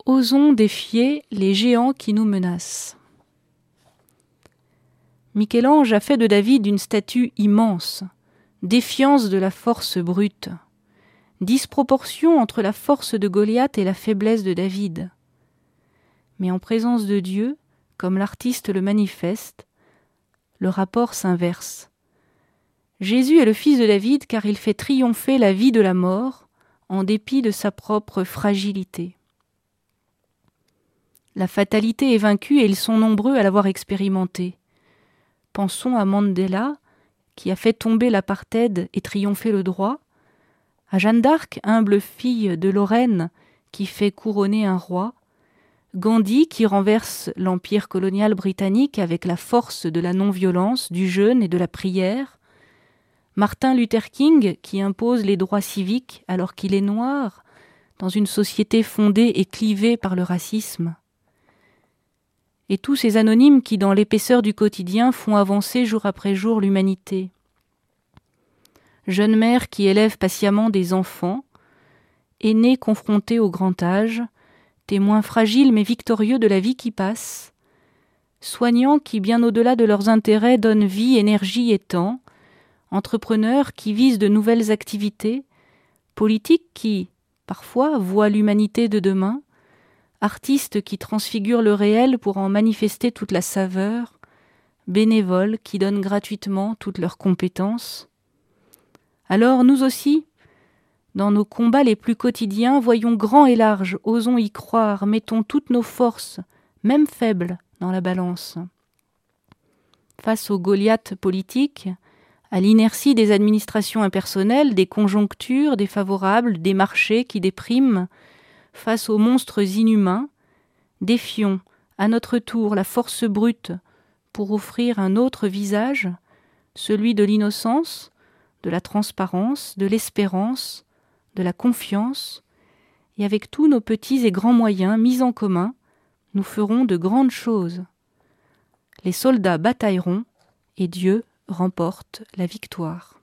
Osons défier les géants qui nous menacent. Michel-Ange a fait de David une statue immense, défiance de la force brute, disproportion entre la force de Goliath et la faiblesse de David. Mais en présence de Dieu, comme l'artiste le manifeste, le rapport s'inverse. Jésus est le fils de David car il fait triompher la vie de la mort en dépit de sa propre fragilité. La fatalité est vaincue et ils sont nombreux à l'avoir expérimentée. Pensons à Mandela, qui a fait tomber l'apartheid et triompher le droit, à Jeanne d'Arc, humble fille de Lorraine, qui fait couronner un roi, Gandhi, qui renverse l'empire colonial britannique avec la force de la non-violence, du jeûne et de la prière, Martin Luther King, qui impose les droits civiques alors qu'il est noir, dans une société fondée et clivée par le racisme. Et tous ces anonymes qui, dans l'épaisseur du quotidien, font avancer jour après jour l'humanité. Jeune mère qui élève patiemment des enfants, aînés confrontés au grand âge, témoins fragiles mais victorieux de la vie qui passe, soignants qui, bien au-delà de leurs intérêts, donnent vie, énergie et temps, entrepreneurs qui visent de nouvelles activités, politiques qui, parfois, voient l'humanité de demain, artistes qui transfigurent le réel pour en manifester toute la saveur, bénévoles qui donnent gratuitement toutes leurs compétences. Alors nous aussi, dans nos combats les plus quotidiens, voyons grand et large, osons y croire, mettons toutes nos forces, même faibles, dans la balance. Face aux Goliaths politiques, à l'inertie des administrations impersonnelles, des conjonctures défavorables, des marchés qui dépriment, face aux monstres inhumains, défions à notre tour la force brute pour offrir un autre visage, celui de l'innocence, de la transparence, de l'espérance, de la confiance, et avec tous nos petits et grands moyens mis en commun, nous ferons de grandes choses. Les soldats batailleront et Dieu remporte la victoire.